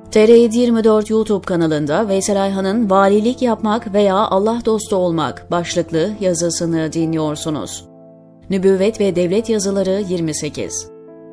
TR724 YouTube kanalında Veysel Ayhan'ın "Valilik yapmak veya Allah dostu olmak" başlıklı yazısını dinliyorsunuz. Nübüvvet ve Devlet Yazıları 28.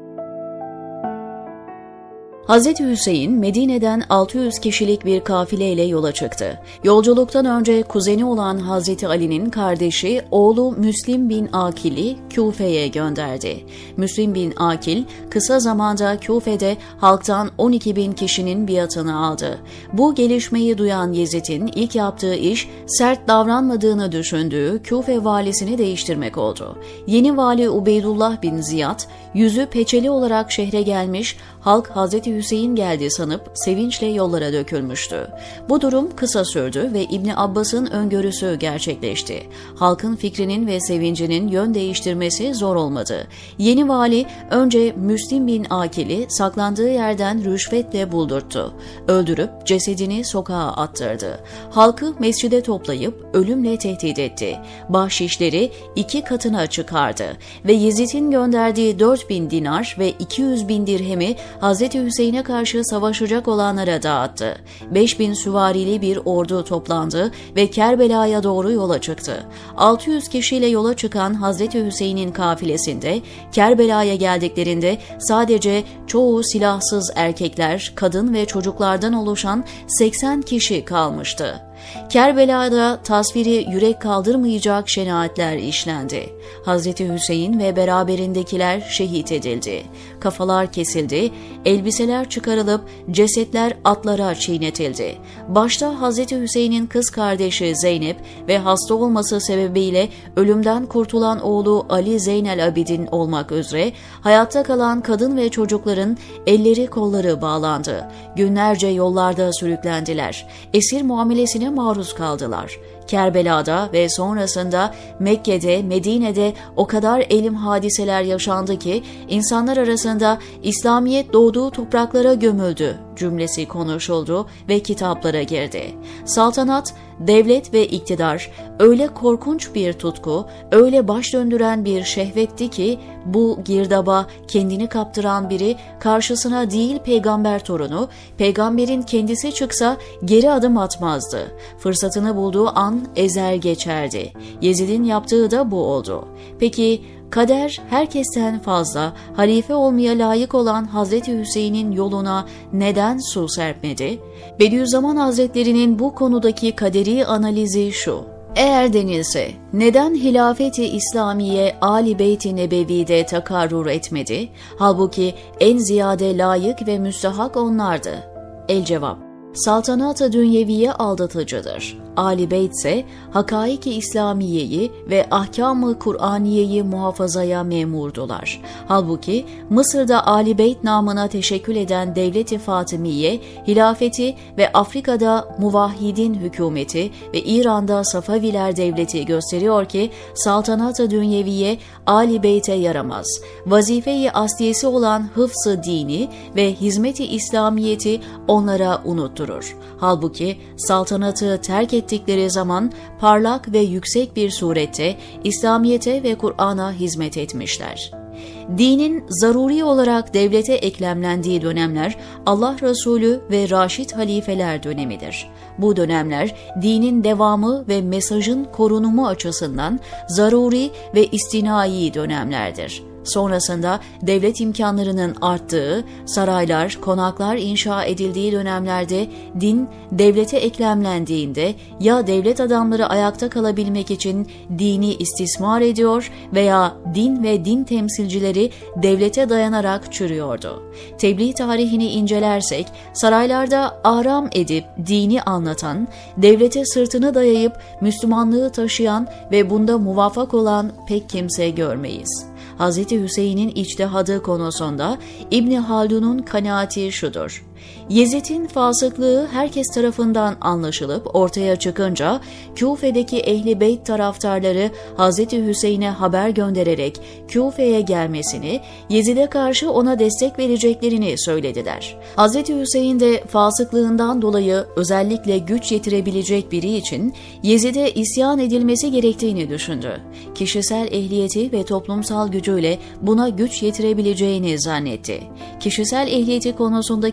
Hz. Hüseyin, Medine'den 600 kişilik bir kafileyle yola çıktı. Yolculuktan önce kuzeni olan Hz. Ali'nin kardeşi, oğlu Müslim bin Akil'i Küfe'ye gönderdi. Müslim bin Akil, kısa zamanda Küfe'de halktan 12.000 kişinin biatını aldı. Bu gelişmeyi duyan Yezid'in ilk yaptığı iş, sert davranmadığını düşündüğü Küfe valisini değiştirmek oldu. Yeni vali Ubeydullah bin Ziyad, yüzü peçeli olarak şehre gelmiş, halk Hz. Hüseyin geldi sanıp sevinçle yollara dökülmüştü. Bu durum kısa sürdü ve İbni Abbas'ın öngörüsü gerçekleşti. Halkın fikrinin ve sevincinin yön değiştirmesi zor olmadı. Yeni vali önce Müslim bin Akil'i saklandığı yerden rüşvetle buldurttu. Öldürüp cesedini sokağa attırdı. Halkı mescide toplayıp ölümle tehdit etti. Bahşişleri 2 katına çıkardı ve Yezid'in gönderdiği 4.000 dinar ve 200.000 dirhemi Hz. Hüseyin'e karşı savaşacak olanlara dağıttı. 5.000 süvarili bir ordu toplandı ve Kerbela'ya doğru yola çıktı. 600 kişiyle yola çıkan Hazreti Hüseyin'in kafilesinde Kerbela'ya geldiklerinde sadece çoğu silahsız erkekler, kadın ve çocuklardan oluşan 80 kişi kalmıştı. Kerbela'da tasviri yürek kaldırmayacak şenaatler işlendi. Hazreti Hüseyin ve beraberindekiler şehit edildi. Kafalar kesildi, elbiseler çıkarılıp cesetler atlara çiğnetildi. Başta Hazreti Hüseyin'in kız kardeşi Zeynep ve hasta olması sebebiyle ölümden kurtulan oğlu Ali Zeynel Abidin olmak üzere hayatta kalan kadın ve çocukların elleri kolları bağlandı. Günlerce yollarda sürüklendiler. Esir muamelesine maruz kaldılar. Kerbela'da ve sonrasında Mekke'de, Medine'de o kadar elim hadiseler yaşandı ki insanlar arasında İslamiyet doğduğu topraklara gömüldü cümlesi konuşuldu ve kitaplara girdi. Saltanat, devlet ve iktidar öyle korkunç bir tutku, öyle baş döndüren bir şehvetti ki bu girdaba kendini kaptıran biri karşısına değil peygamber torunu, peygamberin kendisi çıksa geri adım atmazdı. Fırsatını bulduğu an ezer geçerdi. Yezid'in yaptığı da bu oldu. Peki kader herkesten fazla halife olmaya layık olan Hazreti Hüseyin'in yoluna neden su serpmedi? Bediüzzaman Hazretleri'nin bu konudaki kaderi analizi şu: eğer denilse neden hilafeti İslamiye Ali Beyt-i Nebevi'de takarrur etmedi? Halbuki en ziyade layık ve müstahak onlardı. El cevap: saltanat-ı dünyeviye aldatıcıdır. Ali Beyt ise hakaik-i İslamiyeyi ve ahkam-ı Kur'aniyeyi muhafazaya memurdular. Halbuki Mısır'da Ali Beyt namına teşekkül eden Devlet-i Fatımiye, hilafeti ve Afrika'da Muvahhidin hükümeti ve İran'da Safaviler devleti gösteriyor ki saltanat-ı dünyeviye Ali Beyt'e yaramaz. Vazife-i asliyesi olan hıfz-ı dini ve hizmet-i İslamiyeti onlara unutturur. Halbuki saltanatı terk ettikleri zaman parlak ve yüksek bir surette İslamiyete ve Kur'an'a hizmet etmişler. Dinin zaruri olarak devlete eklemlendiği dönemler Allah Resulü ve Raşid halifeler dönemidir. Bu dönemler dinin devamı ve mesajın korunumu açısından zaruri ve istinai dönemlerdir. Sonrasında devlet imkanlarının arttığı, saraylar, konaklar inşa edildiği dönemlerde din devlete eklemlendiğinde ya devlet adamları ayakta kalabilmek için dini istismar ediyor veya din ve din temsilcileri devlete dayanarak çürüyordu. Tebliğ tarihini incelersek saraylarda aram edip dini anlatan, devlete sırtını dayayıp Müslümanlığı taşıyan ve bunda muvaffak olan pek kimse görmeyiz. Hz. Hüseyin'in içtihadı konusunda İbni Haldun'un kanaati şudur: Yezid'in fasıklığı herkes tarafından anlaşılıp ortaya çıkınca Küfe'deki Ehl-i Beyt taraftarları Hz. Hüseyin'e haber göndererek Küfe'ye gelmesini, Yezid'e karşı ona destek vereceklerini söylediler. Hz. Hüseyin de fasıklığından dolayı özellikle güç yetirebilecek biri için Yezid'e isyan edilmesi gerektiğini düşündü. Kişisel ehliyeti ve toplumsal gücüyle buna güç yetirebileceğini zannetti. Kişisel ehliyeti konusundaki zannı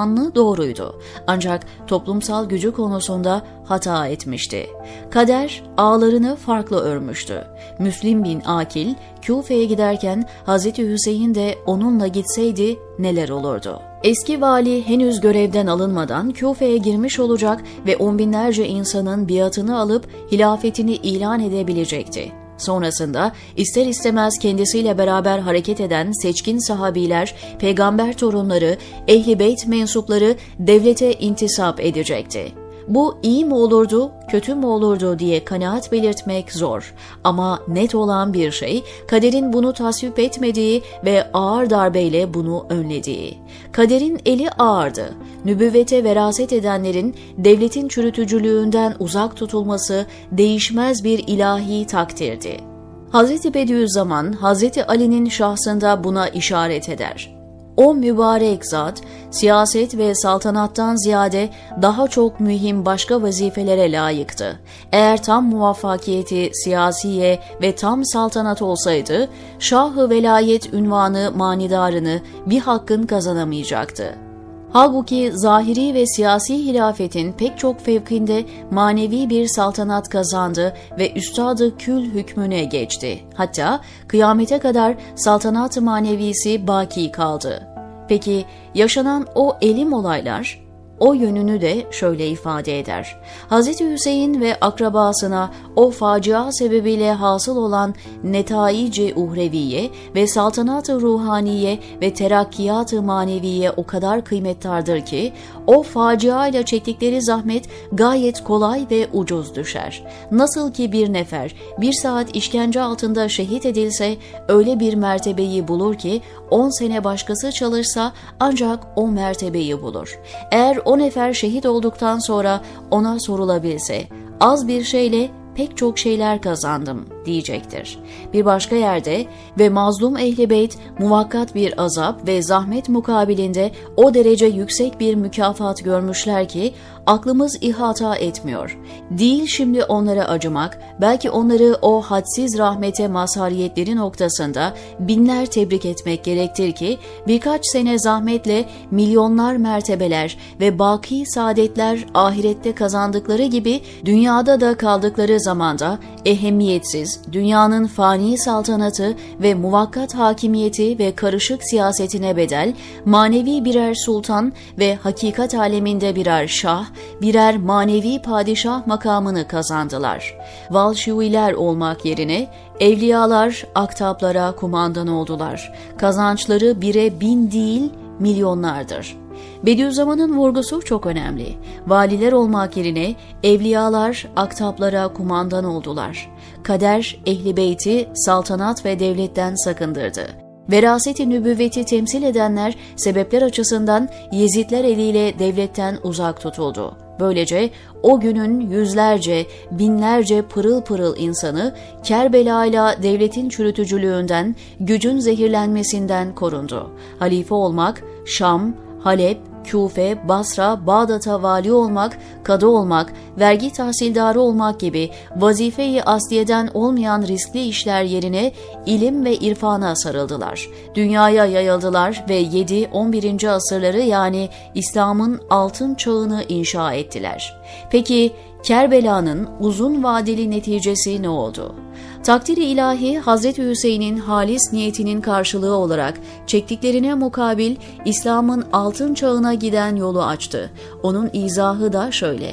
Osmanlı doğruydu. Ancak toplumsal gücü konusunda hata etmişti. Kader ağlarını farklı örmüştü. Müslim bin Akil, Küfe'ye giderken Hazreti Hüseyin de onunla gitseydi neler olurdu? Eski vali henüz görevden alınmadan Küfe'ye girmiş olacak ve on binlerce insanın biatını alıp hilafetini ilan edebilecekti. Sonrasında ister istemez kendisiyle beraber hareket eden seçkin sahabiler, peygamber torunları, Ehl-i Beyt mensupları devlete intisap edecekti. Bu iyi mi olurdu, kötü mü olurdu diye kanaat belirtmek zor. Ama net olan bir şey, kaderin bunu tasvip etmediği ve ağır darbeyle bunu önlediği. Kaderin eli ağırdı. Nübüvvete veraset edenlerin devletin çürütücülüğünden uzak tutulması değişmez bir ilahi takdirdi. Hz. Bediüzzaman, Hz. Ali'nin şahsında buna işaret eder. O mübarek zat, siyaset ve saltanattan ziyade daha çok mühim başka vazifelere layıktı. Eğer tam muvaffakiyeti siyasiye ve tam saltanat olsaydı, Şah-ı Velayet ünvanı manidarını bir hakkın kazanamayacaktı. Halbuki zahiri ve siyasi hilafetin pek çok fevkinde manevi bir saltanat kazandı ve üstad-ı kül hükmüne geçti. Hatta kıyamete kadar saltanat-ı manevisi baki kaldı. Peki yaşanan o elim olaylar, o yönünü de şöyle ifade eder. Hz. Hüseyin ve akrabasına o facia sebebiyle hasıl olan netaic-i uhreviye ve saltanat-ı ruhaniye ve terakkiyat-ı maneviye o kadar kıymettardır ki, o facia ile çektikleri zahmet gayet kolay ve ucuz düşer. Nasıl ki bir nefer bir saat işkence altında şehit edilse, öyle bir mertebeyi bulur ki 10 sene başkası çalışsa ancak o mertebeyi bulur. Eğer o nefer şehit olduktan sonra ona sorulabilse, az bir şeyle pek çok şeyler kazandım diyecektir. Bir başka yerde ve mazlum Ehl-i Beyt muvakkat bir azap ve zahmet mukabilinde o derece yüksek bir mükafat görmüşler ki aklımız ihata etmiyor. Değil şimdi onlara acımak, belki onları o hadsiz rahmete mazhariyetleri noktasında binler tebrik etmek gerektir ki birkaç sene zahmetle milyonlar mertebeler ve baki saadetler ahirette kazandıkları gibi dünyada da kaldıkları zamanda ehemmiyetsiz, dünyanın fani saltanatı ve muvakkat hakimiyeti ve karışık siyasetine bedel, manevi birer sultan ve hakikat aleminde birer şah, birer manevi padişah makamını kazandılar. Valşiviler olmak yerine evliyalar aktaplara kumandan oldular. Kazançları bire bin değil, milyonlardır. Bediüzzaman'ın vurgusu çok önemli. Valiler olmak yerine evliyalar aktaplara kumandan oldular. Kader Ehl-i Beyt'i saltanat ve devletten sakındırdı. Veraseti nübüvveti temsil edenler sebepler açısından Yezidler eliyle devletten uzak tutuldu. Böylece o günün yüzlerce, binlerce pırıl pırıl insanı Kerbela'yla devletin çürütücülüğünden, gücün zehirlenmesinden korundu. Halife olmak, Şam, Halep, Küfe, Basra, Bağdat'a vali olmak, kadı olmak, vergi tahsildarı olmak gibi vazife-i asliyeden olmayan riskli işler yerine ilim ve irfana sarıldılar. Dünyaya yayıldılar ve 7-11. asırları yani İslam'ın altın çağını inşa ettiler. Peki Kerbela'nın uzun vadeli neticesi ne oldu? Takdir-i ilahi Hazreti Hüseyin'in halis niyetinin karşılığı olarak çektiklerine mukabil İslam'ın altın çağına giden yolu açtı. Onun izahı da şöyle.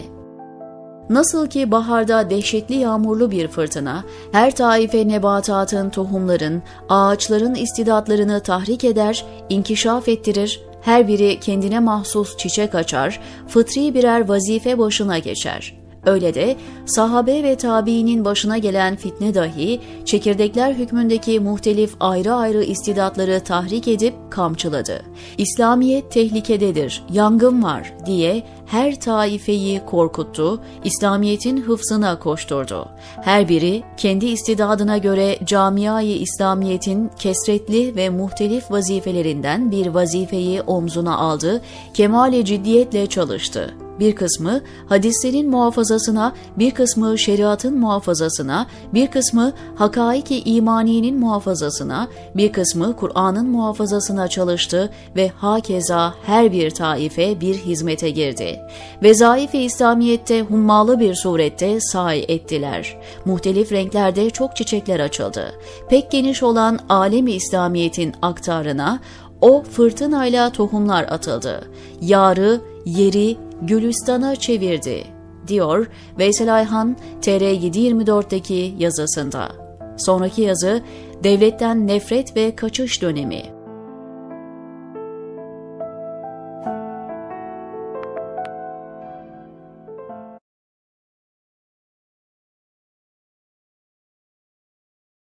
Nasıl ki baharda dehşetli yağmurlu bir fırtına, her taife nebatatın, tohumların, ağaçların istidatlarını tahrik eder, inkişaf ettirir, her biri kendine mahsus çiçek açar, fıtri birer vazife başına geçer. Öyle de sahabe ve tabiinin başına gelen fitne dahi çekirdekler hükmündeki muhtelif ayrı ayrı istidatları tahrik edip kamçıladı. İslamiyet tehlikededir, yangın var diye her taifeyi korkuttu, İslamiyet'in hıfzına koşturdu. Her biri kendi istidadına göre camia-i İslamiyet'in kesretli ve muhtelif vazifelerinden bir vazifeyi omzuna aldı, kemal-i ciddiyetle çalıştı. bir kısmı hadislerin muhafazasına, bir kısmı şeriatın muhafazasına, bir kısmı hakaiki imaniyenin muhafazasına, bir kısmı Kur'an'ın muhafazasına çalıştı ve hakeza her bir taife bir hizmete girdi. Vezâif-i İslamiyet'te hummalı bir surette sahi ettiler. Muhtelif renklerde çok çiçekler açıldı. Pek geniş olan alem-i İslamiyet'in aktarına o fırtınayla tohumlar atıldı. Yarı, yeri, Gülistan'a çevirdi, diyor Veysel Ayhan TR724'deki yazısında. Sonraki yazı, devletten nefret ve kaçış dönemi.